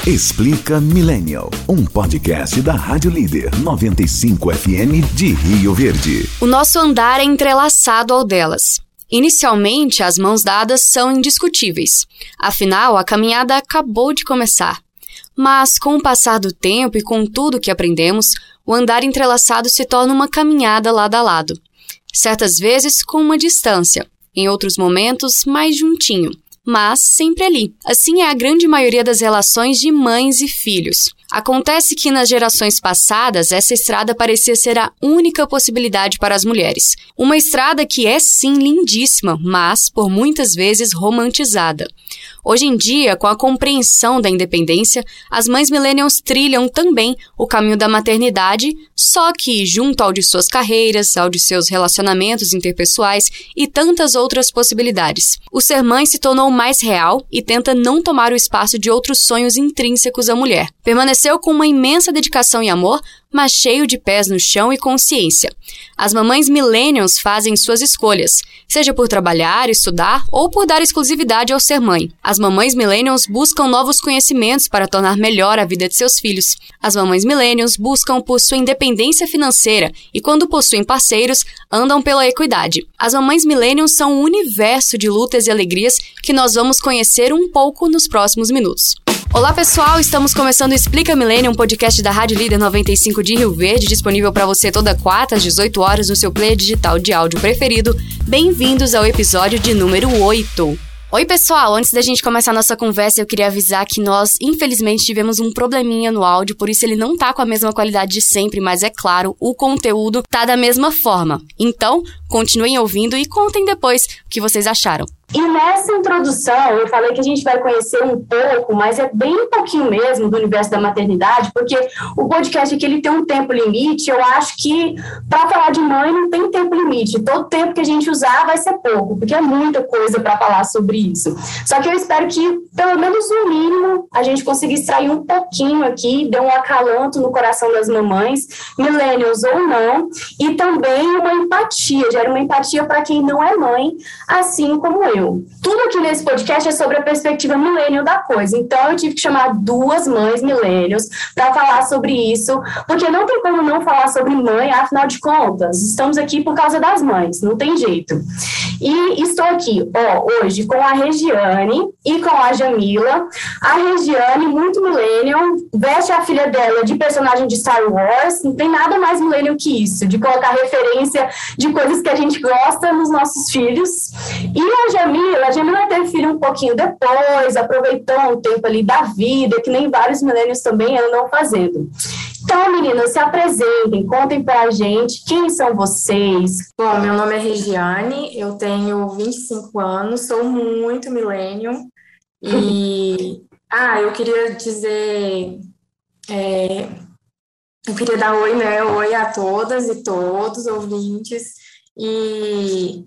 Explica Millennial, um podcast da Rádio Líder 95 FM de Rio Verde. O nosso andar é entrelaçado ao delas. Inicialmente, as mãos dadas são indiscutíveis. Afinal, a caminhada acabou de começar. Mas, com o passar do tempo e com tudo que aprendemos, o andar entrelaçado se torna uma caminhada lado a lado. Certas vezes, com uma distância. Em outros momentos, mais juntinho. Mas sempre ali. Assim é a grande maioria das relações de mães e filhos. Acontece que nas gerações passadas, essa estrada parecia ser a única possibilidade para as mulheres. Uma estrada que é sim lindíssima, mas por muitas vezes romantizada. Hoje em dia, com a compreensão da independência, as mães millennials trilham também o caminho da maternidade, só que junto ao de suas carreiras, ao de seus relacionamentos interpessoais e tantas outras possibilidades. O ser mãe se tornou mais real e tenta não tomar o espaço de outros sonhos intrínsecos à mulher. Permaneceu com uma imensa dedicação e amor, mas cheio de pés no chão e consciência. As mamães millennials fazem suas escolhas, seja por trabalhar, estudar ou por dar exclusividade ao ser mãe. As mamães millennials buscam novos conhecimentos para tornar melhor a vida de seus filhos. As mamães millennials buscam por sua independência financeira e, quando possuem parceiros, andam pela equidade. As mamães millennials são um universo de lutas e alegrias que nós vamos conhecer um pouco nos próximos minutos. Olá pessoal, estamos começando o Explica Millennial, um podcast da Rádio Líder 95 de Rio Verde, disponível para você toda quarta às 18 horas no seu player digital de áudio preferido. Bem-vindos ao episódio de número 8. Oi pessoal, antes da gente começar a nossa conversa, eu queria avisar que nós, infelizmente, tivemos um probleminha no áudio, por isso ele não tá com a mesma qualidade de sempre, mas é claro, o conteúdo tá da mesma forma. Então, continuem ouvindo e contem depois o que vocês acharam. E nessa introdução, eu falei que a gente vai conhecer um pouco, mas é bem um pouquinho mesmo do universo da maternidade, porque o podcast aqui ele tem um tempo limite. Eu acho que para falar de mãe não tem tempo limite. Todo tempo que a gente usar vai ser pouco, porque é muita coisa para falar sobre isso. Só que eu espero que, pelo menos no mínimo, a gente consiga extrair um pouquinho aqui, dê um acalanto no coração das mamães, millennials ou não, e também uma empatia, gera uma empatia para quem não é mãe, assim como eu. Tudo aqui nesse podcast é sobre a perspectiva millennial da coisa, então eu tive que chamar duas mães millennials para falar sobre isso, porque não tem como não falar sobre mãe, afinal de contas, estamos aqui por causa das mães, não tem jeito. E estou aqui, hoje com a Regiane e com a Jamila. A Regiane, muito millennial, veste a filha dela de personagem de Star Wars, não tem nada mais millennial que isso, de colocar referência de coisas que a gente gosta nos nossos filhos. E a Jamila teve filho um pouquinho depois, aproveitou um tempo ali da vida, que nem vários millennials também andam fazendo. Então, meninas, se apresentem, contem pra gente quem são vocês. Bom, meu nome é Regiane, eu tenho 25 anos, sou muito millennial e eu queria dizer, eu queria dar oi, né? Oi a todas e todos, ouvintes, e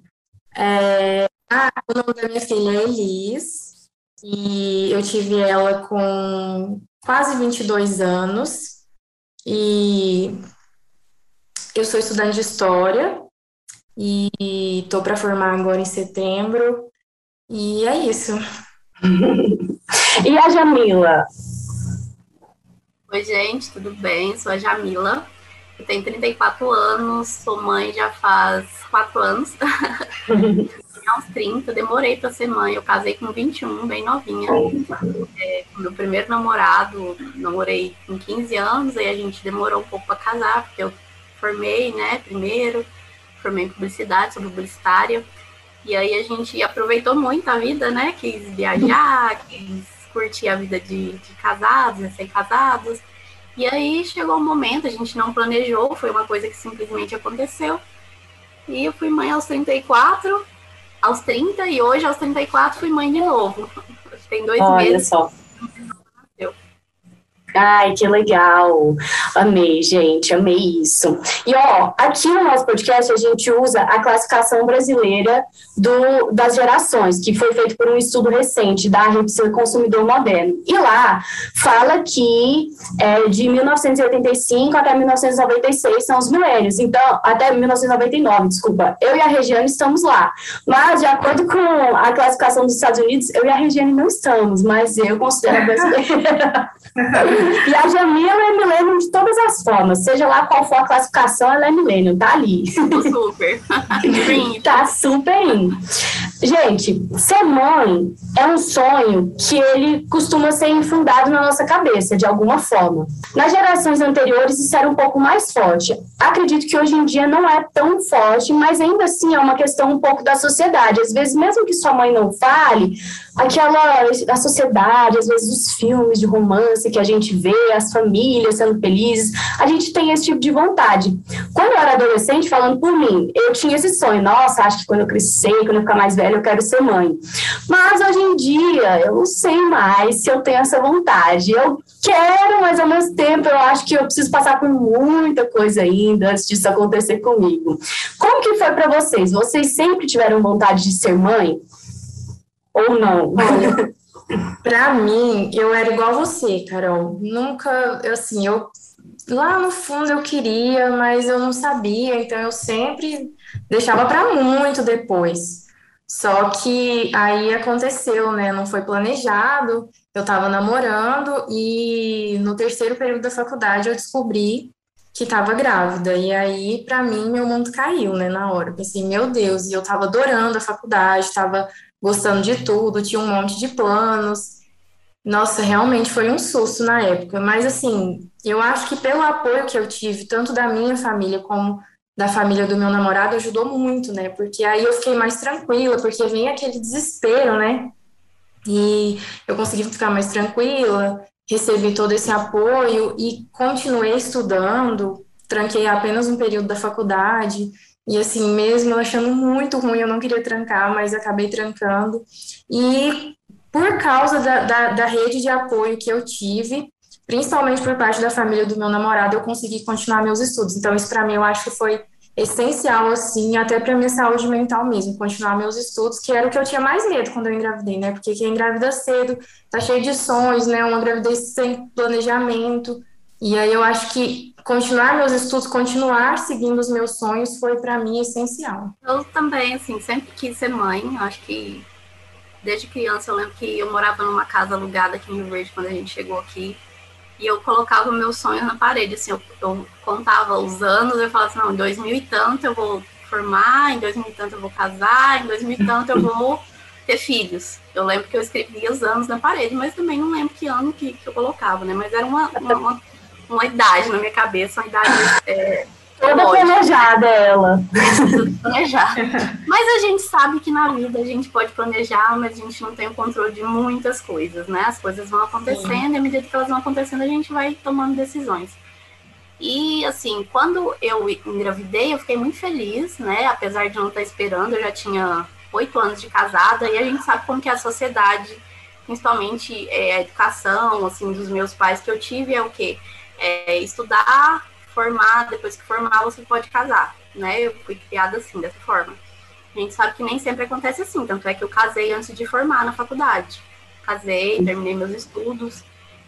o nome da minha filha é Elis, e eu tive ela com quase 22 anos, e eu sou estudante de História, e estou para formar agora em setembro, e é isso. E a Jamila? Oi, gente, tudo bem? Sou a Jamila, eu tenho 34 anos, sou mãe já faz 4 anos. Aos 30, demorei para ser mãe, eu casei com 21, bem novinha. Com meu primeiro namorado, namorei com 15 anos, aí a gente demorou um pouco para casar, porque eu formei, né, primeiro, formei em publicidade, sou publicitária, e aí a gente aproveitou muito a vida, né, quis viajar, quis curtir a vida de casados, recém-casados, e aí chegou um momento, a gente não planejou, foi uma coisa que simplesmente aconteceu, e eu fui mãe aos 34, aos 30 e hoje, aos 34, fui mãe de novo. Tem 2 meses. Olha só. Ai, que legal. Amei, gente, amei isso. E, ó, aqui no nosso podcast a gente usa a classificação brasileira das gerações, que foi feito por um estudo recente da Rede Ser Consumidor Moderno. E lá fala que de 1985 até 1996 são os milênios. Então, até 1999, desculpa. Eu e a Regiane estamos lá. Mas, de acordo com a classificação dos Estados Unidos, eu e a Regiane não estamos, mas eu considero a brasileira. E a Jamila é milênio de todas as formas. Seja lá qual for a classificação, ela é milênio, tá ali. Super. Tá super indo. Gente, ser mãe é um sonho que ele costuma ser infundado na nossa cabeça, de alguma forma. Nas gerações anteriores, isso era um pouco mais forte. Acredito que hoje em dia não é tão forte, mas ainda assim é uma questão um pouco da sociedade. Às vezes, mesmo que sua mãe não fale, a sociedade, às vezes os filmes de romance que a gente vê, as famílias sendo felizes, a gente tem esse tipo de vontade. Quando eu era adolescente, falando por mim, eu tinha esse sonho, nossa, acho que quando eu crescer, quando eu ficar mais velha, eu quero ser mãe. Mas hoje em dia, eu não sei mais se eu tenho essa vontade. Eu quero, mas ao mesmo tempo eu acho que eu preciso passar por muita coisa ainda antes disso acontecer comigo. Como que foi para vocês? Vocês sempre tiveram vontade de ser mãe? Ou não? Olha, pra mim, eu era igual você, Carol. Nunca, lá no fundo eu queria, mas eu não sabia, então eu sempre deixava para muito depois. Só que aí aconteceu, né? Não foi planejado, eu estava namorando e no terceiro período da faculdade eu descobri que estava grávida. E aí, para mim, meu mundo caiu, né? Na hora. Eu pensei, meu Deus, e eu estava adorando a faculdade, estava gostando de tudo, tinha um monte de planos. Nossa, realmente foi um susto na época. Mas, assim, eu acho que pelo apoio que eu tive, tanto da minha família como da família do meu namorado, ajudou muito, né? Porque aí eu fiquei mais tranquila, porque vem aquele desespero, né? E eu consegui ficar mais tranquila, recebi todo esse apoio e continuei estudando, tranquei apenas um período da faculdade. E assim, mesmo eu achando muito ruim, eu não queria trancar, mas acabei trancando. E por causa da rede de apoio que eu tive, principalmente por parte da família do meu namorado, eu consegui continuar meus estudos. Então, isso para mim eu acho que foi essencial, assim, até para minha saúde mental mesmo, continuar meus estudos, que era o que eu tinha mais medo quando eu engravidei, né? Porque quem engravida cedo tá cheio de sonhos, né? Uma gravidez sem planejamento. E aí eu acho que continuar meus estudos, continuar seguindo os meus sonhos foi para mim essencial. Eu também, assim, sempre quis ser mãe. Acho que desde criança eu lembro que eu morava numa casa alugada aqui em Rio Verde quando a gente chegou aqui. E eu colocava meus sonhos na parede, assim, eu contava os anos, eu falava assim, não, em 2000 e tanto eu vou formar, em 2000 e tanto eu vou casar, em 2000 e tanto eu vou ter filhos. Eu lembro que eu escrevia os anos na parede, mas também não lembro que ano que eu colocava, né? Mas era uma idade na minha cabeça, uma idade toda planejada ela. Tudo planejado. Mas a gente sabe que na vida a gente pode planejar, mas a gente não tem o controle de muitas coisas, né? As coisas vão acontecendo e à medida que elas vão acontecendo a gente vai tomando decisões. E assim, quando eu engravidei, eu fiquei muito feliz, né? Apesar de não estar esperando, eu já tinha 8 anos de casada e a gente sabe como que a sociedade, principalmente a educação, assim, dos meus pais que eu tive é o quê? Estudar, formar, depois que formar você pode casar, né? Eu fui criada assim, dessa forma. A gente sabe que nem sempre acontece assim, tanto é que eu casei antes de formar na faculdade. Casei, terminei meus estudos.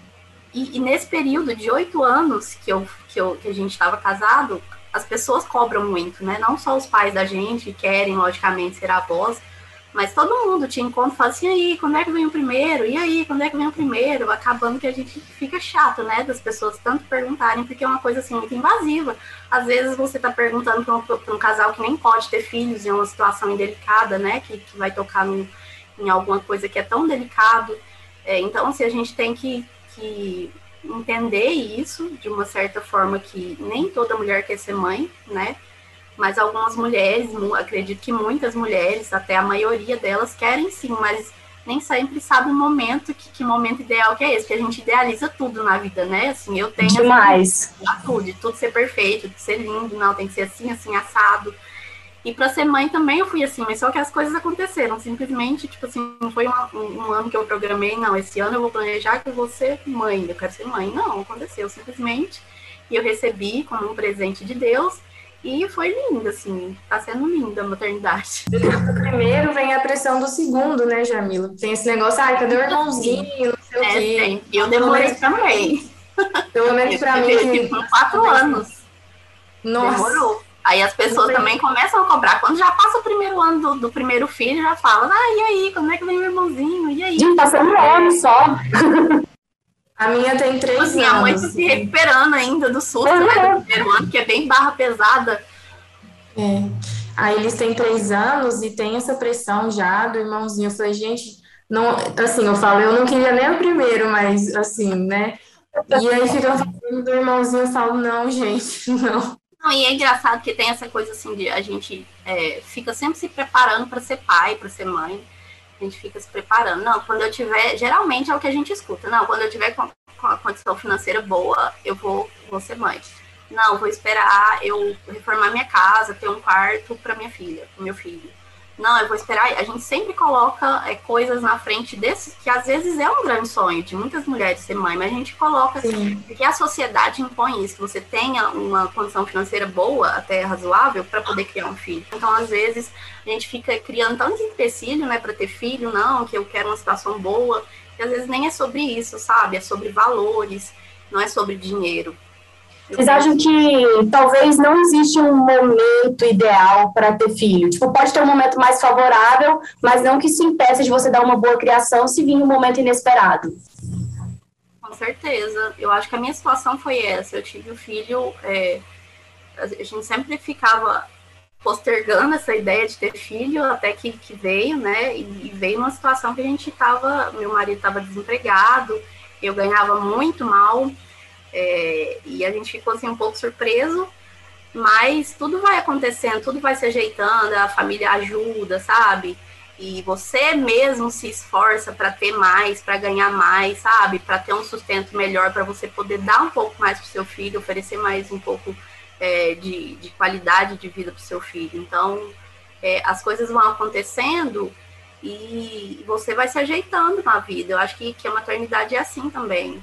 E nesse período de 8 anos que a gente estava casado, as pessoas cobram muito, né? Não só os pais da gente querem, logicamente, ser avós, mas todo mundo te encontra e fala assim, e aí, quando é que vem o primeiro? E aí, quando é que vem o primeiro? Acabando que a gente fica chato, né? Das pessoas tanto perguntarem, porque é uma coisa assim muito invasiva. Às vezes você tá perguntando para um casal que nem pode ter filhos em uma situação indelicada, né? Que vai tocar em alguma coisa que é tão delicado. Então, assim, a gente tem que entender isso de uma certa forma que nem toda mulher quer ser mãe, né? Mas algumas mulheres, acredito que muitas mulheres, até a maioria delas, querem sim, mas nem sempre sabe o momento, que momento ideal que é esse, porque a gente idealiza tudo na vida, né? Assim, eu tenho demais tudo ser perfeito, de ser lindo, não, tem que ser assim, assim, assado. E para ser mãe também eu fui assim, mas só que as coisas aconteceram, simplesmente, tipo assim, não foi um ano que eu programei, não, esse ano eu vou planejar que eu vou ser mãe, eu quero ser mãe. Não, aconteceu simplesmente, e eu recebi como um presente de Deus, e foi lindo, assim, tá sendo linda a maternidade. Do primeiro vem a pressão do segundo, né, Jamila? Tem esse negócio, ai, cadê o irmãozinho, não sei o quê. Sim. Eu demorei também. Pelo menos pra mim... Com 4 anos. Nossa. Demorou. Aí as pessoas também começam a cobrar. Quando já passa o primeiro ano do primeiro filho, já falam, e aí, quando é que vem o irmãozinho? E aí? Gente, passa um ano só. A minha tem 3 assim, anos. A mãe tá se recuperando ainda do susto, né, do primeiro ano, que é bem barra pesada. Aí eles têm 3 anos e tem essa pressão já do irmãozinho. Eu falei, gente, não, assim, eu falo, eu não queria nem o primeiro, mas assim, né? E aí fica falando do irmãozinho, eu falo, não, gente, não. Não, e é engraçado que tem essa coisa assim de a gente fica sempre se preparando para ser pai, para ser mãe. A gente fica se preparando. Não, quando eu tiver, geralmente é o que a gente escuta. Não, quando eu tiver com a condição financeira boa, eu vou ser mãe. Não, vou esperar eu reformar minha casa, ter um quarto para minha filha, para meu filho. Não, eu vou esperar. A gente sempre coloca coisas na frente desses, que às vezes é um grande sonho de muitas mulheres ser mãe, mas a gente coloca assim, porque a sociedade impõe isso, que você tenha uma condição financeira boa, até razoável, para poder criar um filho. Então, às vezes, a gente fica criando tantos empecilhos, né, para ter filho, não, que eu quero uma situação boa, que às vezes nem é sobre isso, sabe? É sobre valores, não é sobre dinheiro. Vocês acham que talvez não existe um momento ideal para ter filho? Tipo, pode ter um momento mais favorável, mas não que se impeça de você dar uma boa criação se vir um momento inesperado. Com certeza. Eu acho que a minha situação foi essa. Eu tive um filho, a gente sempre ficava postergando essa ideia de ter filho até que veio, né? E veio uma situação que a gente meu marido estava desempregado, eu ganhava muito mal. E a gente ficou assim um pouco surpreso, mas tudo vai acontecendo, tudo vai se ajeitando, a família ajuda, sabe? E você mesmo se esforça para ter mais, para ganhar mais, sabe? Para ter um sustento melhor, para você poder dar um pouco mais para o seu filho, oferecer mais um pouco de qualidade de vida para o seu filho. Então, as coisas vão acontecendo e você vai se ajeitando na vida. Eu acho que a maternidade é assim também.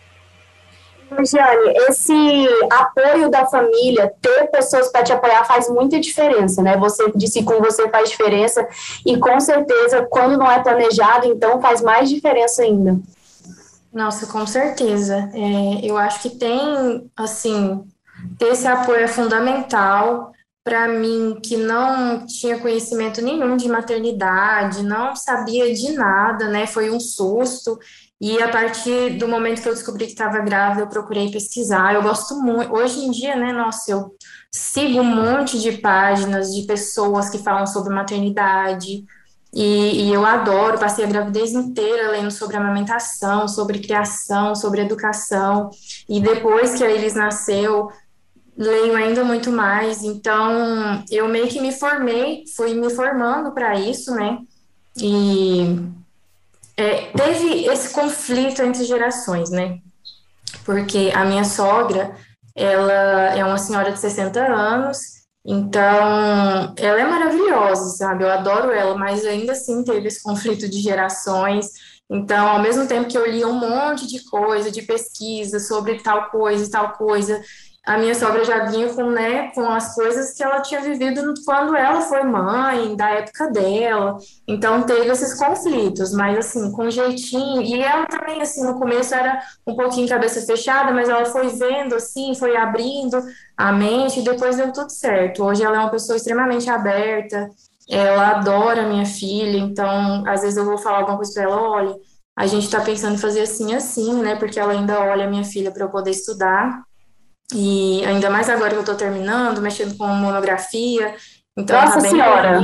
Jane, esse apoio da família, ter pessoas para te apoiar faz muita diferença, né? Você disse que com você faz diferença e com certeza quando não é planejado, então faz mais diferença ainda. Nossa, com certeza. Eu acho que tem, assim, ter esse apoio é fundamental. Para mim, que não tinha conhecimento nenhum de maternidade, não sabia de nada, né? Foi um susto. E a partir do momento que eu descobri que estava grávida, eu procurei pesquisar. Eu gosto muito. Hoje em dia, né, nossa, eu sigo um monte de páginas de pessoas que falam sobre maternidade. E eu adoro, passei a gravidez inteira lendo sobre amamentação, sobre criação, sobre educação. E depois que a Elis nasceu, leio ainda muito mais. Então, eu meio que me formei, fui me formando para isso, né? E teve esse conflito entre gerações, né? Porque a minha sogra, ela é uma senhora de 60 anos, então ela é maravilhosa, sabe? Eu adoro ela, mas ainda assim teve esse conflito de gerações. Então, ao mesmo tempo que eu lia um monte de coisa, de pesquisa sobre tal coisa e tal coisa, a minha sogra já vinha com as coisas que ela tinha vivido quando ela foi mãe, da época dela. Então, teve esses conflitos, mas, assim, com jeitinho. E ela também, assim, no começo era um pouquinho cabeça fechada, mas ela foi vendo, assim, foi abrindo a mente e depois deu tudo certo. Hoje ela é uma pessoa extremamente aberta, ela adora a minha filha, então, às vezes eu vou falar alguma coisa para ela, olha, a gente está pensando em fazer assim, né, porque ela ainda olha a minha filha para eu poder estudar. E ainda mais agora que eu estou terminando, mexendo com monografia, então Nossa Senhora!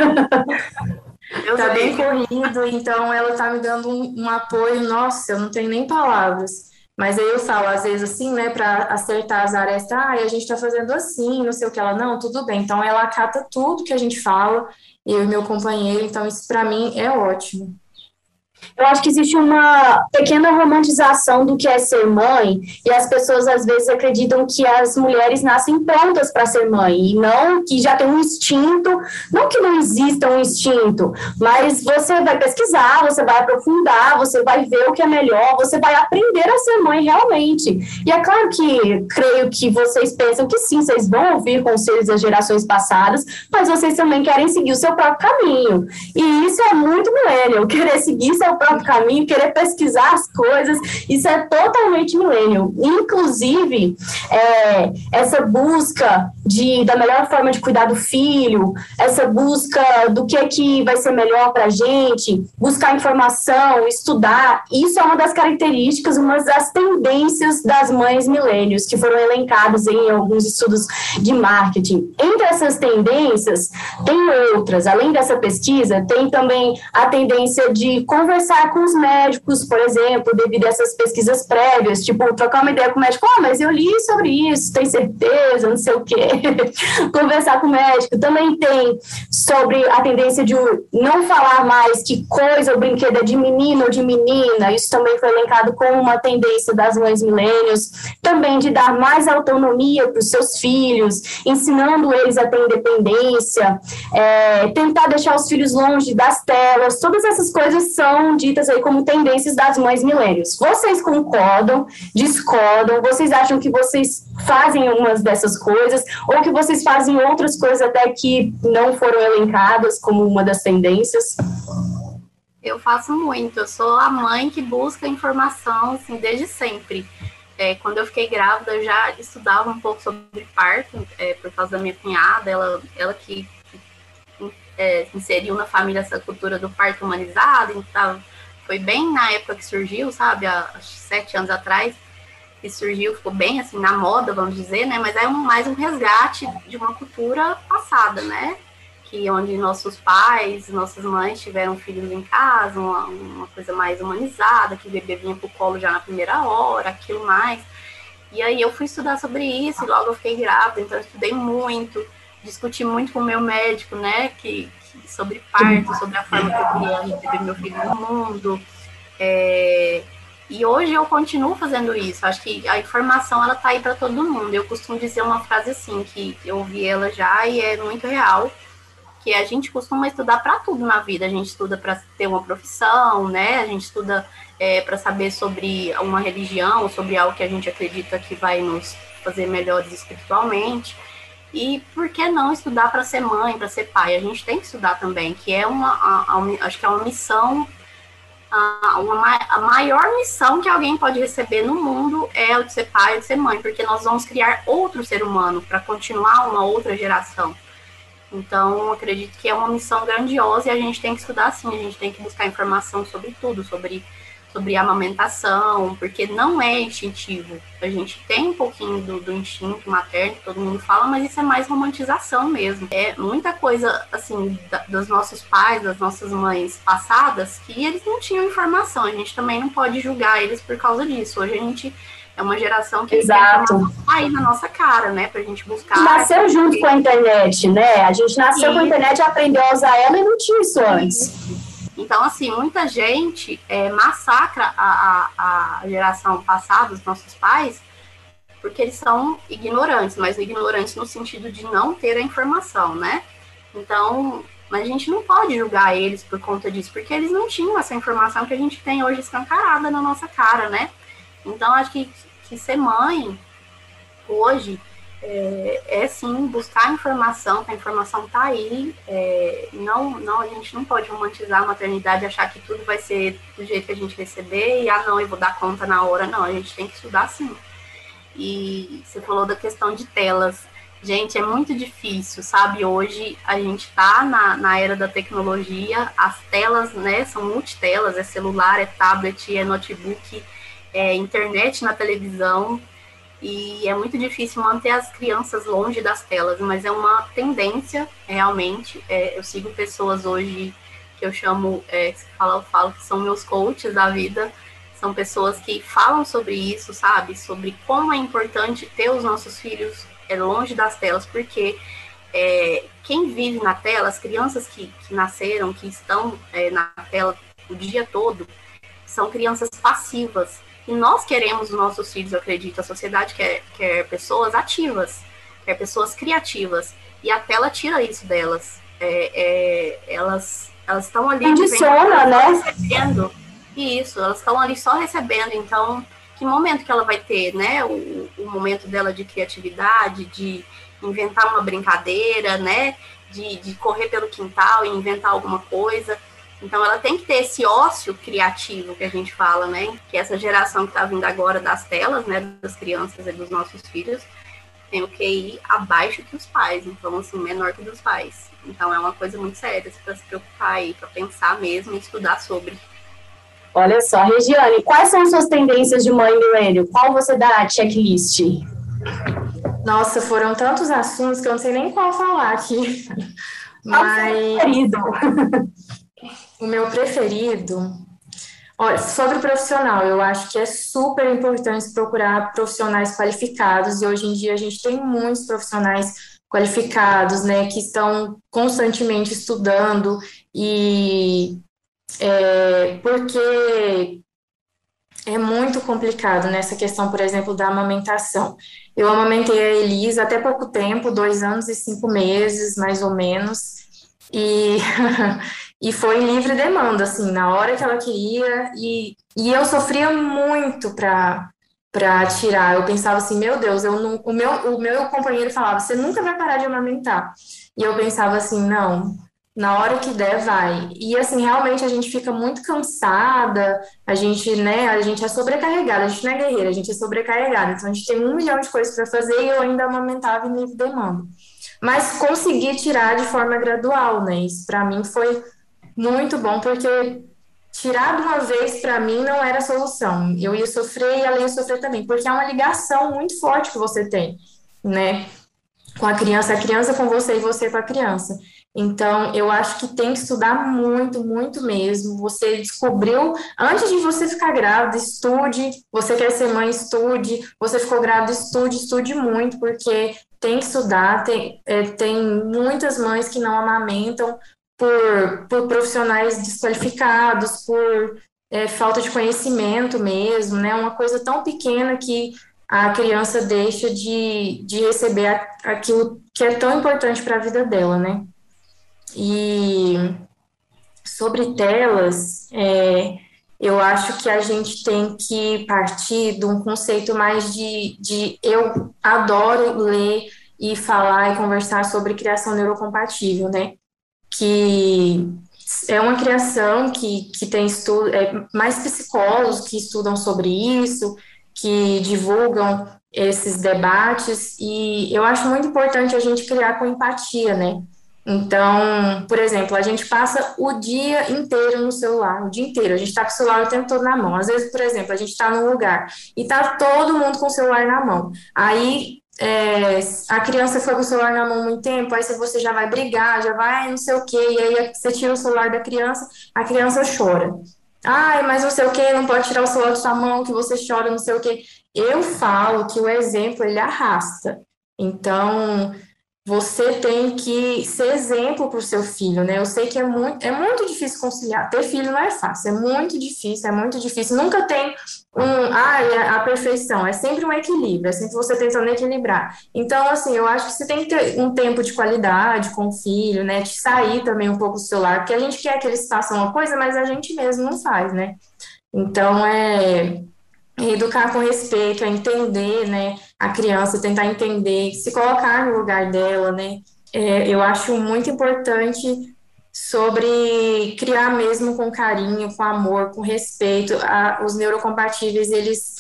Tá bem corrido, então ela tá me dando um apoio, nossa, eu não tenho nem palavras. Mas aí eu falo, às vezes assim, né, para acertar as arestas, a gente tá fazendo assim, não sei o que, ela, não, tudo bem. Então ela acata tudo que a gente fala, eu e meu companheiro, então isso para mim é ótimo. Eu acho que existe uma pequena romantização do que é ser mãe, e as pessoas às vezes acreditam que as mulheres nascem prontas para ser mãe, e não que já tem um instinto, não que não exista um instinto, mas você vai pesquisar, você vai aprofundar, você vai ver o que é melhor, você vai aprender a ser mãe realmente. E é claro que creio que vocês pensam que sim, vocês vão ouvir conselhos das gerações passadas, mas vocês também querem seguir o seu próprio caminho. E isso é muito millennial, querer seguir seu próprio caminho, querer pesquisar as coisas, isso é totalmente millennial. Inclusive, essa busca da melhor forma de cuidar do filho, essa busca do que vai ser melhor para a gente, buscar informação, estudar, isso é uma das características, uma das tendências das mães millennials, que foram elencadas em alguns estudos de marketing. Entre essas tendências, tem outras. Além dessa pesquisa, tem também a tendência de conversar com os médicos, por exemplo, devido a essas pesquisas prévias, tipo, trocar uma ideia com o médico, mas eu li sobre isso, tem certeza, não sei o quê. Conversar com o médico. Também tem sobre a tendência de não falar mais que coisa ou brinquedo é de menino ou de menina, isso também foi elencado como uma tendência das mães millennials. Também de dar mais autonomia para os seus filhos, ensinando eles a ter independência, tentar deixar os filhos longe das telas, todas essas coisas são ditas aí como tendências das mães millennials. Vocês concordam, discordam, vocês acham que vocês fazem umas dessas coisas, ou que vocês fazem outras coisas até que não foram elencadas como uma das tendências? Eu faço muito, eu sou a mãe que busca informação, assim, desde sempre. Quando eu fiquei grávida, eu já estudava um pouco sobre parto, por causa da minha cunhada, ela que inseriu na família essa cultura do parto humanizado, então foi bem na época que surgiu, sabe, há 7 anos atrás, que surgiu, ficou bem assim na moda, vamos dizer, né, mas é mais um resgate de uma cultura passada, né, que onde nossos pais, nossas mães tiveram filhos em casa, uma coisa mais humanizada, que o bebê vinha pro colo já na primeira hora, aquilo mais. E aí eu fui estudar sobre isso, e logo eu fiquei grávida, então eu estudei muito, discuti muito com o meu médico, né, sobre parto, sobre a forma que eu queria receber meu filho no mundo. E hoje eu continuo fazendo isso. Acho que a informação, ela tá aí para todo mundo. Eu costumo dizer uma frase assim, que eu ouvi ela já e é muito real, que a gente costuma estudar para tudo na vida. A gente estuda para ter uma profissão, né? A gente estuda para saber sobre uma religião, sobre algo que a gente acredita que vai nos fazer melhores espiritualmente. E por que não estudar para ser mãe, para ser pai? A gente tem que estudar também, que é acho que é uma missão, a maior missão que alguém pode receber no mundo é o de ser pai, de ser mãe, porque nós vamos criar outro ser humano para continuar uma outra geração. Então, acredito que é uma missão grandiosa e a gente tem que estudar sim, a gente tem que buscar informação sobre tudo, sobre amamentação, porque não é instintivo. A gente tem um pouquinho do instinto materno, que todo mundo fala, mas isso é mais romantização mesmo. É muita coisa, assim, dos nossos pais, das nossas mães passadas, que eles não tinham informação. A gente também não pode julgar eles por causa disso. Hoje a gente é uma geração que Exato. Tá aí na nossa cara, né, pra gente buscar. Nasceu junto com a internet, né? A gente nasceu com a internet, aprendeu a usar ela e não tinha isso antes. Então, assim, muita gente massacra a geração passada, os nossos pais, porque eles são ignorantes, mas ignorantes no sentido de não ter a informação, né? Então, a gente não pode julgar eles por conta disso, porque eles não tinham essa informação que a gente tem hoje escancarada na nossa cara, né? Então, acho que ser mãe, hoje, sim buscar informação, que a informação tá aí. Não, a gente não pode romantizar a maternidade, achar que tudo vai ser do jeito que a gente receber e, não, eu vou dar conta na hora. Não, a gente tem que estudar sim. E você falou da questão de telas. Gente, é muito difícil, sabe? Hoje a gente tá na era da tecnologia, as telas, né, são multitelas, é celular, é tablet, é notebook, é internet na televisão. E é muito difícil manter as crianças longe das telas, mas é uma tendência, realmente. Eu sigo pessoas hoje que eu chamo, eu falo que são meus coaches da vida, são pessoas que falam sobre isso, sabe? Sobre como é importante ter os nossos filhos longe das telas, porque quem vive na tela, as crianças que nasceram, que estão na tela o dia todo, são crianças passivas. E nós queremos os nossos filhos, eu acredito, a sociedade quer pessoas ativas, quer pessoas criativas. E a tela tira isso delas. Elas estão ali condiciona, né? Recebendo. Isso, elas estão ali só recebendo. Então, que momento que ela vai ter, né? O momento dela de criatividade, de inventar uma brincadeira, né? De correr pelo quintal e inventar alguma coisa. Então, ela tem que ter esse ócio criativo que a gente fala, né? Que essa geração que está vindo agora das telas, né? Das crianças e dos nossos filhos, tem o QI abaixo que os pais. Então, assim, menor que dos pais. Então, é uma coisa muito séria para se preocupar aí, para pensar mesmo e estudar sobre. Olha só, Regiane, quais são suas tendências de mãe milênio? Qual você dá a checklist? Nossa, foram tantos assuntos que eu não sei nem qual falar aqui. Mas o meu preferido, olha, sobre o profissional, eu acho que é super importante procurar profissionais qualificados, e hoje em dia a gente tem muitos profissionais qualificados, né, que estão constantemente estudando, e porque é muito complicado nessa questão, por exemplo, da amamentação. Eu amamentei a Elisa até pouco tempo, 2 anos e 5 meses, mais ou menos, e foi em livre demanda, assim, na hora que ela queria, e eu sofria muito para tirar. Eu pensava assim, meu Deus, o meu companheiro falava, você nunca vai parar de amamentar. E eu pensava assim, não, na hora que der, vai. E assim, realmente a gente fica muito cansada, a gente, né, a gente é sobrecarregada, a gente não é guerreira, a gente é sobrecarregada. Então a gente tem 1 milhão de coisas para fazer e eu ainda amamentava em livre demanda. Mas consegui tirar de forma gradual, né? Isso para mim foi muito bom, porque tirar de uma vez para mim não era a solução. Eu ia sofrer e ela ia sofrer também, porque é uma ligação muito forte que você tem, né? Com a criança com você e você com a criança. Então, eu acho que tem que estudar muito, muito mesmo. Você descobriu, antes de você ficar grávida, estude. Você quer ser mãe, estude. Você ficou grávida, estude muito, porque tem que estudar. Tem muitas mães que não amamentam por profissionais desqualificados, por falta de conhecimento mesmo, né? Uma coisa tão pequena que a criança deixa de receber aquilo que é tão importante para a vida dela, né? E sobre telas, eu acho que a gente tem que partir de um conceito mais de eu adoro ler e falar e conversar sobre criação neurocompatível, né? Que é uma criação que tem estudo, mais psicólogos que estudam sobre isso, que divulgam esses debates, e eu acho muito importante a gente criar com empatia, né? Então, por exemplo, a gente passa o dia inteiro no celular, o dia inteiro, a gente está com o celular o tempo todo na mão. Às vezes, por exemplo, a gente está num lugar e está todo mundo com o celular na mão. Aí, a criança foi com o celular na mão muito tempo, aí você já vai brigar, já vai não sei o quê, e aí você tira o celular da criança, a criança chora. Ai, mas não sei o quê, não pode tirar o celular da sua mão, que você chora, não sei o quê. Eu falo que o exemplo, ele arrasta. Então, você tem que ser exemplo para o seu filho, né? Eu sei que é muito difícil conciliar. Ter filho não é fácil, é muito difícil, é muito difícil. Nunca tem a perfeição, é sempre um equilíbrio, é sempre você tentando equilibrar. Então, assim, eu acho que você tem que ter um tempo de qualidade com o filho, né? De sair também um pouco do celular, porque a gente quer que eles façam uma coisa, mas a gente mesmo não faz, né? Então, educar com respeito, é entender, né, a criança, tentar entender, se colocar no lugar dela, né, eu acho muito importante sobre criar mesmo com carinho, com amor, com respeito. Os neurocompatíveis, eles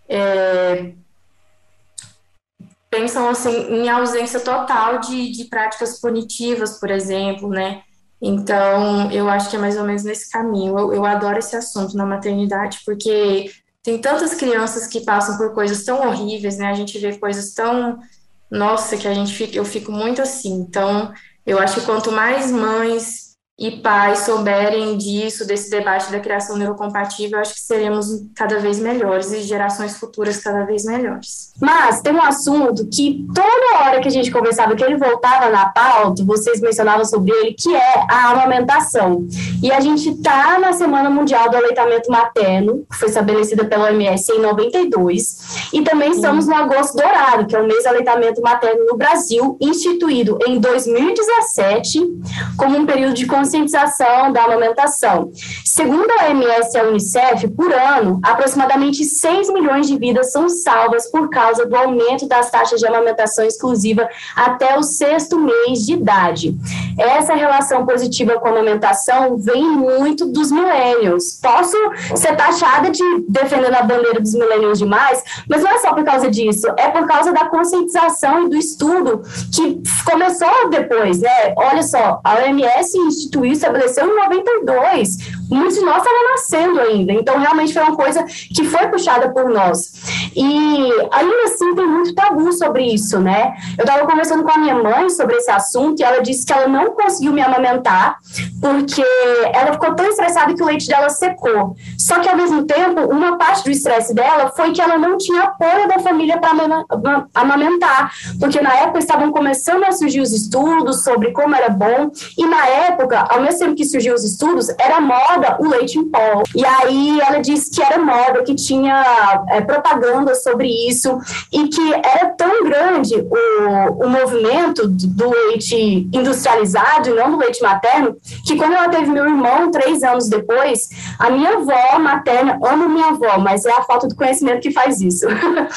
pensam, assim, em ausência total de práticas punitivas, por exemplo, né, então eu acho que é mais ou menos nesse caminho. Eu adoro esse assunto na maternidade, porque tem tantas crianças que passam por coisas tão horríveis, né? A gente vê coisas tão... Nossa, que eu fico muito assim. Então, eu acho que quanto mais mães e pais souberem disso, desse debate da criação neurocompatível, eu acho que seremos cada vez melhores e gerações futuras cada vez melhores. Mas tem um assunto que toda hora que a gente conversava, que ele voltava na pauta, vocês mencionavam sobre ele, que é a amamentação. E a gente está na Semana Mundial do Aleitamento Materno, que foi estabelecida pela OMS em 92, e também estamos no Agosto Dourado, que é o mês do aleitamento materno no Brasil, instituído em 2017 como um período de conscientização da amamentação. Segundo a OMS e a Unicef, por ano, aproximadamente 6 milhões de vidas são salvas por causa do aumento das taxas de amamentação exclusiva até o 6º mês de idade. Essa relação positiva com a amamentação vem muito dos millennials. Posso ser taxada de defendendo a bandeira dos millennials demais, mas não é só por causa disso, é por causa da conscientização e do estudo que começou depois, né? Olha só, a OMS instituiu, estabeleceu em 92, muitos de nós estavam nascendo ainda, então realmente foi uma coisa que foi puxada por nós. E ainda assim tem muito tabu sobre isso, né? Eu estava conversando com a minha mãe sobre esse assunto e ela disse que ela não conseguiu me amamentar porque ela ficou tão estressada que o leite dela secou. Só que ao mesmo tempo, uma parte do estresse dela foi que ela não tinha apoio da família para amamentar, porque na época estavam começando a surgir os estudos sobre como era bom, e na época, ao mesmo tempo que surgiu os estudos, era moda o leite em pó. E aí ela disse que era moda, que tinha propaganda sobre isso, e que era tão grande o movimento do leite industrializado e não do leite materno, que quando ela teve meu irmão, 3 anos depois, a minha avó materna, amo minha avó, mas é a falta do conhecimento que faz isso.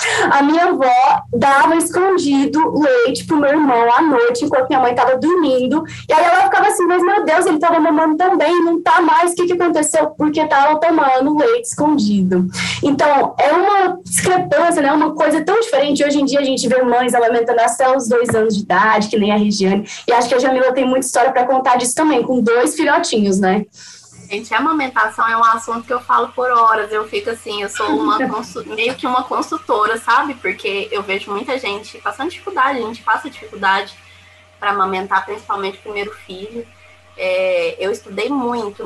A minha avó dava escondido leite pro meu irmão à noite, enquanto minha mãe estava dormindo, e aí ela ficava assim, mas meu Deus, ele estava mamando também, não tá mais, o que aconteceu? Porque estava tomando leite escondido. Então, é uma discrepância, né? Uma coisa tão diferente. Hoje em dia a gente vê mães amamentando até os 2 anos de idade, que nem a Regiane, e acho que a Jamila tem muita história para contar disso também, com 2 filhotinhos, né? Gente, a amamentação é um assunto que eu falo por horas. Eu fico assim, eu sou meio que uma consultora, sabe? Porque eu vejo muita gente passando dificuldade, a gente passa dificuldade para amamentar, principalmente o primeiro filho. Eu estudei muito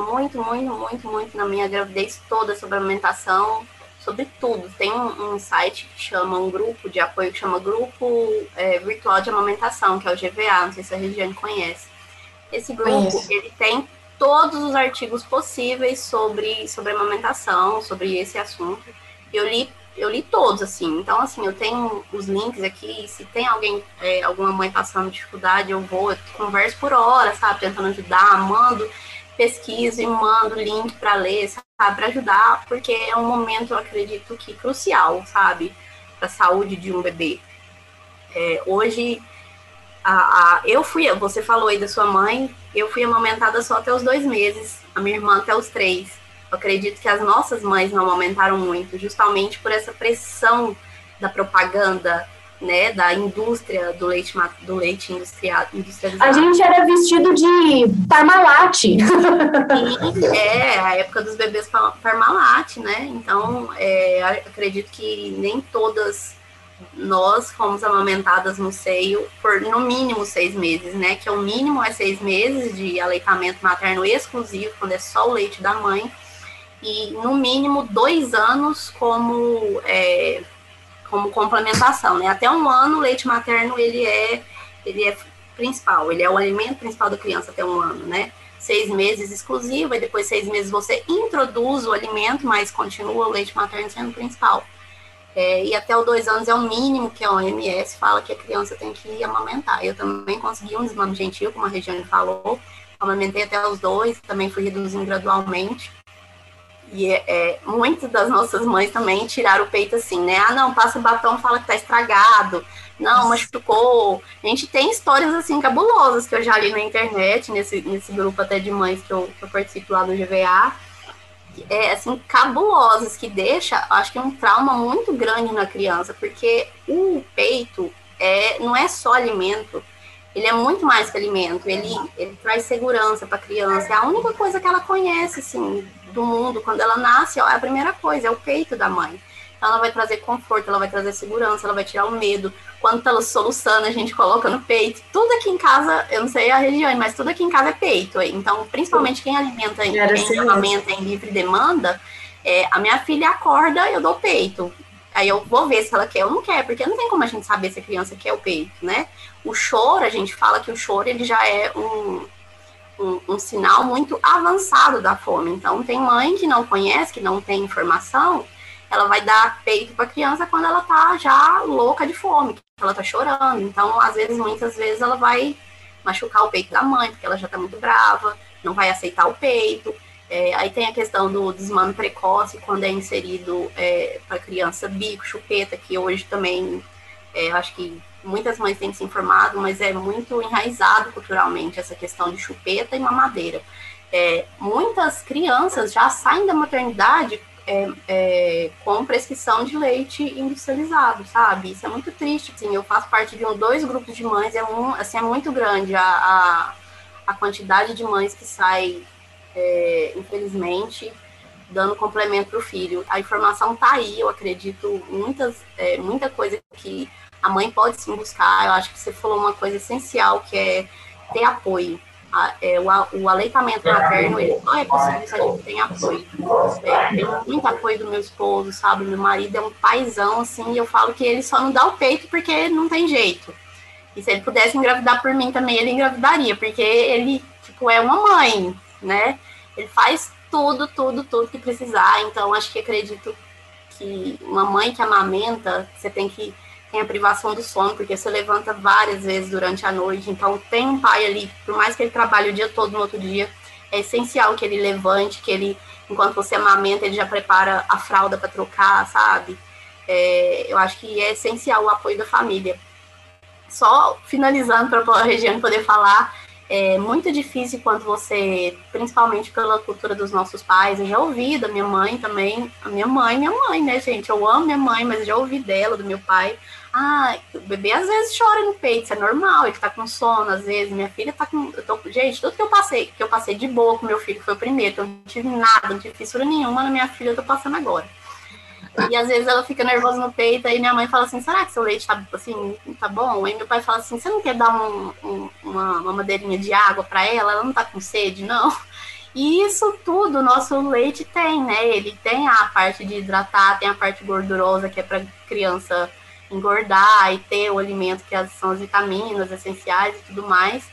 na minha gravidez toda sobre amamentação, sobre tudo. Tem um site que chama, um grupo de apoio que chama Grupo Virtual de Amamentação, que é o GVA, não sei se a Regiane conhece. Esse grupo, ele tem todos os artigos possíveis sobre amamentação, sobre esse assunto. Eu li todos, assim. Então, assim, eu tenho os links aqui. Se tem alguém, alguma mãe passando dificuldade, eu converso por hora, sabe? Tentando ajudar, mando pesquisa e mando link para ler, sabe? Para ajudar, porque é um momento, eu acredito que crucial, sabe? Para a saúde de um bebê. Hoje, você falou aí da sua mãe, eu fui amamentada só até os 2 meses, a minha irmã até os 3. Eu acredito que as nossas mães não amamentaram muito, justamente por essa pressão da propaganda, né, da indústria do leite industrializado. A gente era vestido de Parmalat. A época dos bebês Parmalat, né? Então, acredito que nem todas nós fomos amamentadas no seio por no mínimo 6 meses, né? Que o mínimo é 6 meses de aleitamento materno exclusivo, quando é só o leite da mãe, e no mínimo 2 anos como complementação, né? Até 1 ano o leite materno ele é principal, ele é o alimento principal da criança até 1 ano, né? 6 meses exclusivo, e depois 6 meses você introduz o alimento, mas continua o leite materno sendo o principal. E até os 2 anos é o mínimo que a OMS fala que a criança tem que amamentar. Eu também consegui um desmame gentil, como a Regiane falou, amamentei até os 2, também fui reduzindo gradualmente. E muitas das nossas mães também tiraram o peito assim, né? Ah, não, passa o batom, fala que tá estragado, não, machucou. A gente tem histórias assim cabulosas que eu já li na internet, nesse grupo até de mães que eu participo lá do GVA. Assim, cabulosas, que deixa, acho que um trauma muito grande na criança, porque o peito não é só alimento, ele é muito mais que alimento, ele traz segurança para a criança, é a única coisa que ela conhece, assim, do mundo, quando ela nasce, a primeira coisa é o peito da mãe. Então, ela vai trazer conforto, ela vai trazer segurança, ela vai tirar o medo. Quando tá soluçando, a gente coloca no peito. Tudo aqui em casa, eu não sei a região, mas tudo aqui em casa é peito. Então, principalmente quem alimenta, quem amamenta em livre demanda, a minha filha acorda, eu dou peito. Aí eu vou ver se ela quer ou não quer, porque não tem como a gente saber se a criança quer o peito, né? O choro, a gente fala que o choro, ele já é um sinal muito avançado da fome. Então, tem mãe que não conhece, que não tem informação, ela vai dar peito para a criança quando ela tá já louca de fome, que ela tá chorando. Então, muitas vezes, ela vai machucar o peito da mãe, porque ela já tá muito brava, não vai aceitar o peito. Aí tem a questão do desmame precoce, quando é inserido para criança bico, chupeta, que hoje também, eu acho que muitas mães têm se informado, mas é muito enraizado culturalmente essa questão de chupeta e mamadeira. Muitas crianças já saem da maternidade com prescrição de leite industrializado, sabe? Isso é muito triste, assim, eu faço parte de dois grupos de mães, é muito grande a quantidade de mães que sai, infelizmente, dando complemento para o filho. A informação está aí, eu acredito, muita coisa que a mãe pode sim buscar. Eu acho que você falou uma coisa essencial, que é ter apoio. O aleitamento materno, ele só é possível se a gente tem apoio. Tenho muito apoio do meu esposo, sabe? Meu marido é um paizão, assim, e eu falo que ele só não dá o peito porque não tem jeito. E se ele pudesse engravidar por mim também, ele engravidaria, porque ele, é uma mãe, né? Ele faz tudo que precisar. Então, acredito que uma mãe que amamenta, você tem a privação do sono, porque você levanta várias vezes durante a noite. Então, tem um pai ali, por mais que ele trabalhe o dia todo no outro dia, é essencial que ele levante, que ele, enquanto você amamenta, ele já prepara a fralda para trocar, sabe? Eu acho que é essencial o apoio da família. Só finalizando para a Regiane poder falar, é muito difícil quando você, principalmente pela cultura dos nossos pais, eu já ouvi da minha mãe também, minha mãe, né, gente? Eu amo minha mãe, mas eu já ouvi dela, do meu pai. O bebê às vezes chora no peito, isso é normal, ele tá com sono, às vezes, minha filha tá com... Gente, tudo que eu passei de boa com meu filho, foi o primeiro, então eu não tive nada, não tive fissura nenhuma na minha filha, eu tô passando agora. E às vezes ela fica nervosa no peito, aí minha mãe fala assim, será que seu leite tá, assim, tá bom? Aí meu pai fala assim, você não quer dar uma madeirinha de água pra ela? Ela não tá com sede, não? E isso tudo o nosso leite tem, né? Ele tem a parte de hidratar, tem a parte gordurosa, que é pra criança engordar e ter o alimento que são as vitaminas essenciais e tudo mais.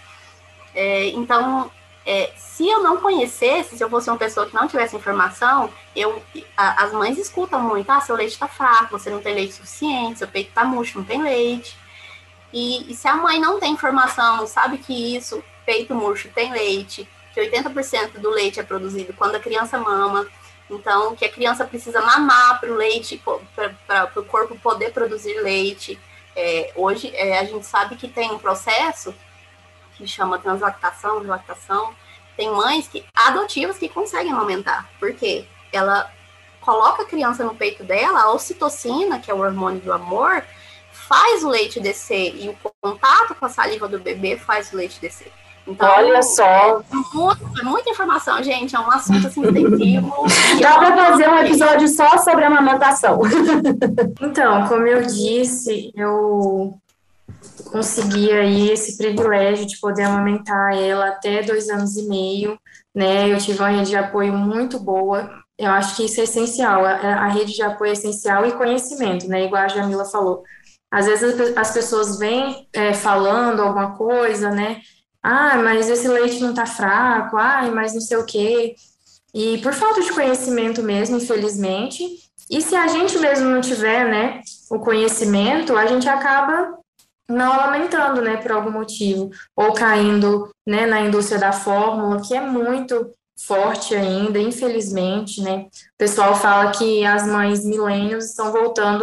Então, se eu não conhecesse, se eu fosse uma pessoa que não tivesse informação, as mães escutam muito, seu leite tá fraco, você não tem leite suficiente, seu peito tá murcho, não tem leite. E se a mãe não tem informação, não sabe que isso, peito murcho, tem leite, que 80% do leite é produzido quando a criança mama, então que a criança precisa mamar para o leite, para o corpo poder produzir leite. Hoje a gente sabe que tem um processo que chama translactação, lactação. Tem mães adotivas que conseguem amamentar. Por quê? Ela coloca a criança no peito dela, a ocitocina, que é o hormônio do amor, faz o leite descer, e o contato com a saliva do bebê faz o leite descer. Então, olha só. Muita informação, gente, é um assunto assim extensivo. Dá para fazer um episódio só sobre a amamentação. Então, como eu disse, eu consegui aí esse privilégio de poder amamentar ela até 2 anos e meio, né? Eu tive uma rede de apoio muito boa. Eu acho que isso é essencial. A rede de apoio é essencial e conhecimento, né? Igual a Jamila falou. Às vezes as pessoas vêm falando alguma coisa, né? Mas esse leite não tá fraco, mas não sei o quê. E por falta de conhecimento mesmo, infelizmente. E se a gente mesmo não tiver, né, o conhecimento, a gente acaba não amamentando, né, por algum motivo. Ou caindo, né, na indústria da fórmula, que é muito forte ainda, infelizmente, né? O pessoal fala que as mães milênios estão voltando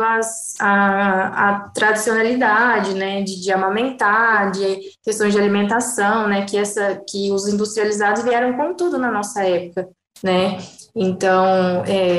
à tradicionalidade, né, de amamentar, de questões de alimentação, né, que os industrializados vieram com tudo na nossa época, né? Então,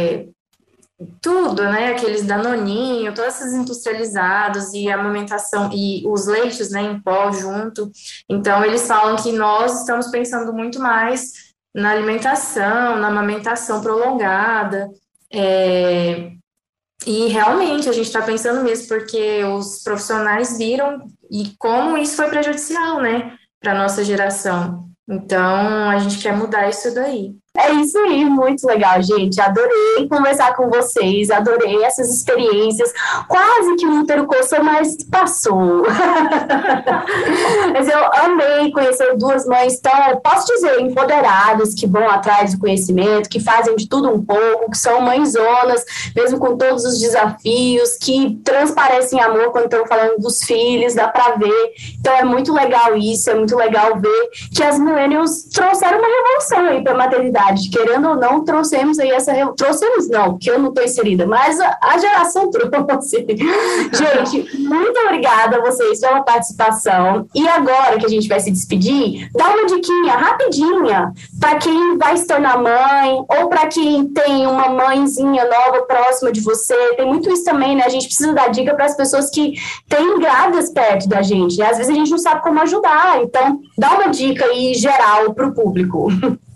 tudo, né, aqueles danoninho, todos esses industrializados e a amamentação e os leites, né, em pó junto. Então, eles falam que nós estamos pensando muito mais na alimentação, na amamentação prolongada, E realmente a gente está pensando mesmo, porque os profissionais viram e como isso foi prejudicial, né, para a nossa geração. Então, a gente quer mudar isso daí. É isso aí, muito legal, gente. Adorei conversar com vocês, adorei essas experiências. Quase que o útero coçou, mas passou. Mas eu amei conhecer duas mães tão, posso dizer, empoderadas, que vão atrás do conhecimento, que fazem de tudo um pouco, que são mãezonas, mesmo com todos os desafios, que transparecem amor quando estão falando dos filhos, dá pra ver. Então é muito legal isso, é muito legal ver que as millennials trouxeram uma revolução aí pra maternidade. Querendo ou não, trouxemos aí essa... Trouxemos não, porque eu não estou inserida, mas a geração trouxe. Gente, muito obrigada a vocês pela participação. E agora que a gente vai se despedir, dá uma diquinha rapidinha para quem vai se tornar mãe ou para quem tem uma mãezinha nova próxima de você. Tem muito isso também, né? A gente precisa dar dica para as pessoas que têm grávidas perto da gente. Às vezes a gente não sabe como ajudar. Então, dá uma dica aí geral para o público.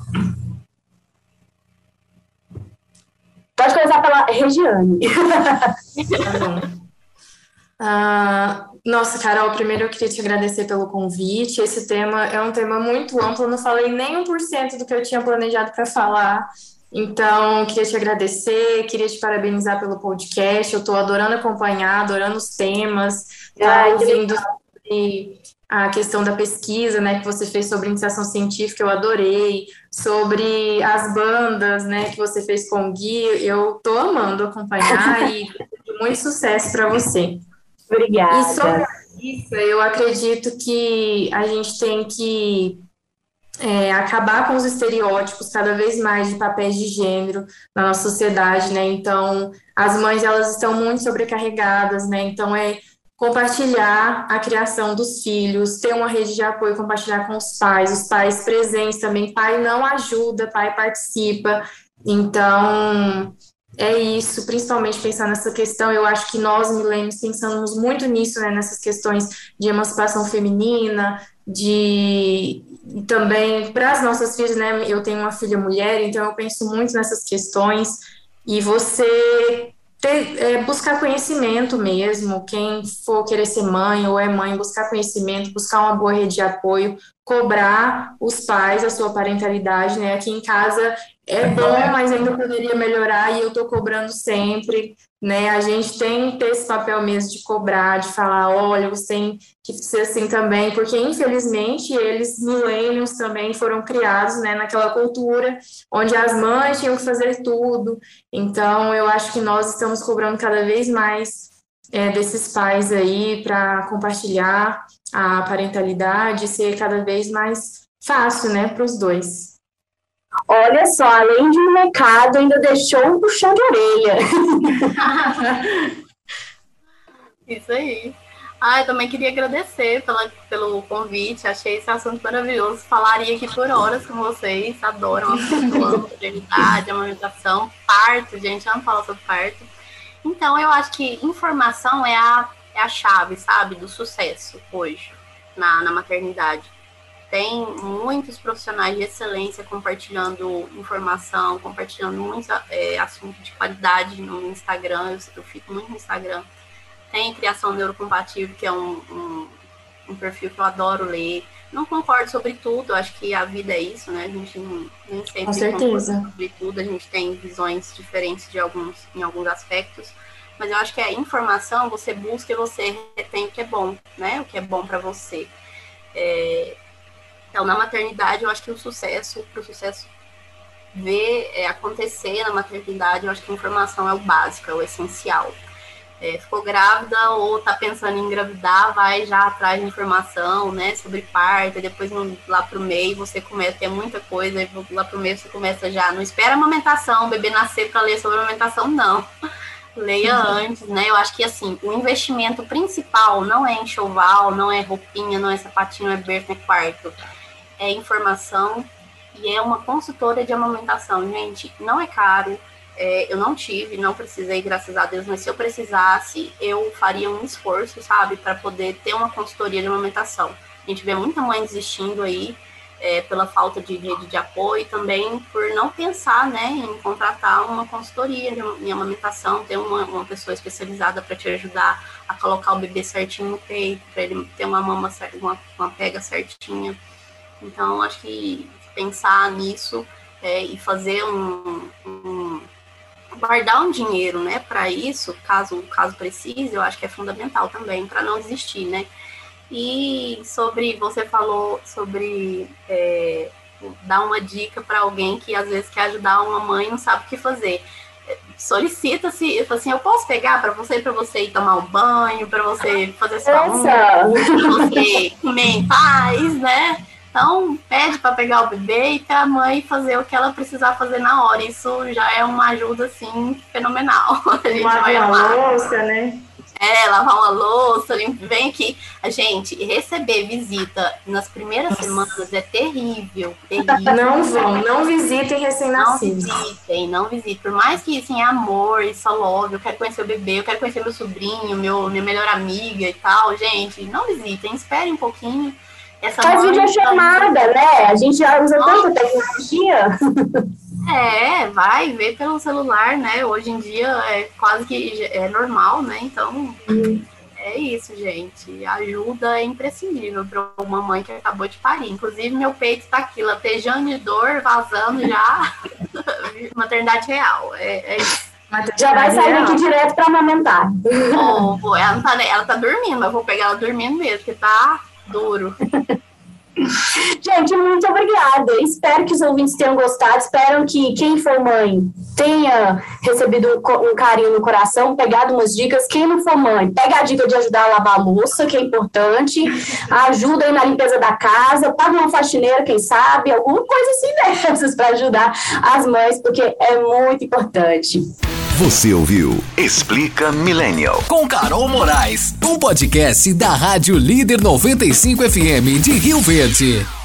Pode começar pela Regiane. Nossa, Carol, primeiro eu queria te agradecer pelo convite. Esse tema é um tema muito amplo, eu não falei nem 1% do que eu tinha planejado para falar. Então, queria te agradecer, queria te parabenizar pelo podcast. Eu estou adorando acompanhar, adorando os temas, ouvindo sobre a questão da pesquisa, né, que você fez sobre iniciação científica, eu adorei, sobre as bandas, né, que você fez com o Gui, eu tô amando acompanhar e muito sucesso para você. Obrigada. E sobre isso, eu acredito que a gente tem que acabar com os estereótipos cada vez mais de papéis de gênero na nossa sociedade, né, então as mães, elas estão muito sobrecarregadas, né, então compartilhar a criação dos filhos, ter uma rede de apoio, compartilhar com os pais presentes também, pai não ajuda, pai participa, então é isso, principalmente pensar nessa questão, eu acho que nós, milênios, pensamos muito nisso, né, nessas questões de emancipação feminina, e também para as nossas filhas, né, eu tenho uma filha mulher, então eu penso muito nessas questões, e você buscar conhecimento mesmo, quem for querer ser mãe ou é mãe, buscar conhecimento, buscar uma boa rede de apoio, cobrar os pais a sua parentalidade, né, aqui em casa é bom, mas ainda poderia melhorar e eu tô cobrando sempre, né, a gente tem que ter esse papel mesmo de cobrar, de falar, olha, você tem que ser assim também, porque infelizmente eles, millennials, também foram criados, né, naquela cultura onde as mães tinham que fazer tudo, então eu acho que nós estamos cobrando cada vez mais desses pais aí para compartilhar a parentalidade, ser cada vez mais fácil, né, para os dois. Olha só, além de um recado, ainda deixou um puxão de orelha. Isso aí. Eu também queria agradecer pelo convite, achei esse assunto maravilhoso. Falaria aqui por horas com vocês, adoram a maternidade, amamentação, parto, gente, amo falar sobre parto. Então, eu acho que informação é a chave, sabe, do sucesso hoje na maternidade. Tem muitos profissionais de excelência compartilhando informação, compartilhando muitos assuntos de qualidade no Instagram, eu fico muito no Instagram. Tem Criação Neurocompatível, que é um perfil que eu adoro ler. Não concordo sobre tudo, acho que a vida é isso, né? A gente nem sempre concorda sobre tudo, a gente tem visões diferentes em alguns aspectos. Mas eu acho que a informação, você busca e você retém o que é bom, né? O que é bom para você. Então, na maternidade, eu acho que para o sucesso ver acontecer na maternidade, eu acho que a informação é o básico, é o essencial. Ficou grávida ou está pensando em engravidar, vai já atrás de informação, né, sobre parto, e depois lá pro meio você começa a ter muita coisa, e lá pro meio você começa já, não espera a amamentação, o bebê nascer para ler sobre a amamentação, não. Leia antes, né? Eu acho que, assim, o investimento principal não é enxoval, não é roupinha, não é sapatinho, não é berço, não é quarto. É informação e é uma consultora de amamentação. Gente, não é caro. Eu não precisei, graças a Deus, mas se eu precisasse, eu faria um esforço, sabe? Para poder ter uma consultoria de amamentação. A gente vê muita mãe desistindo aí pela falta de rede de apoio, e também por não pensar, né, em contratar uma consultoria em amamentação, ter uma pessoa especializada para te ajudar a colocar o bebê certinho no peito, para ele ter uma mama, uma pega certinha. Então, acho que pensar nisso e fazer guardar um dinheiro, né, para isso, caso precise, eu acho que é fundamental também, para não desistir, né. E você falou sobre dar uma dica para alguém que às vezes quer ajudar uma mãe e não sabe o que fazer. Solicita-se, assim, eu posso pegar para você ir tomar um banho, para você fazer sua unha, para você comer em paz, né? Então, pede para pegar o bebê e para a mãe fazer o que ela precisar fazer na hora. Isso já é uma ajuda, assim, fenomenal. A gente vai lavar uma louça, né? Lavar uma louça, vem aqui. A gente, receber visita nas primeiras semanas é terrível. Não visitem recém-nascidos. Não visitem. Por mais que, assim, é amor, isso é love, eu quero conhecer o bebê, eu quero conhecer meu sobrinho, minha melhor amiga e tal. Gente, não visitem, esperem um pouquinho. Faz videochamada, né? A gente já usa tanta tecnologia. Vai ver pelo celular, né? Hoje em dia quase que é normal, né? Então, é isso, gente. Ajuda é imprescindível para uma mãe que acabou de parir. Inclusive, meu peito tá aqui, latejando de dor, vazando já. Maternidade real, é isso. Já vai sair aqui direto para amamentar. Ela tá dormindo, mas eu vou pegar ela dormindo mesmo, porque tá duro. Gente, muito obrigada. Espero que os ouvintes tenham gostado. Espero que quem for mãe tenha recebido um carinho no coração, pegado umas dicas. Quem não for mãe, pega a dica de ajudar a lavar a louça, que é importante. Ajuda aí na limpeza da casa. Paga uma faxineira, quem sabe. Alguma coisa assim dessas para ajudar as mães, porque é muito importante. Você ouviu Explica Millennial com Carol Moraes, um podcast da Rádio Líder 95 FM de Rio Verde.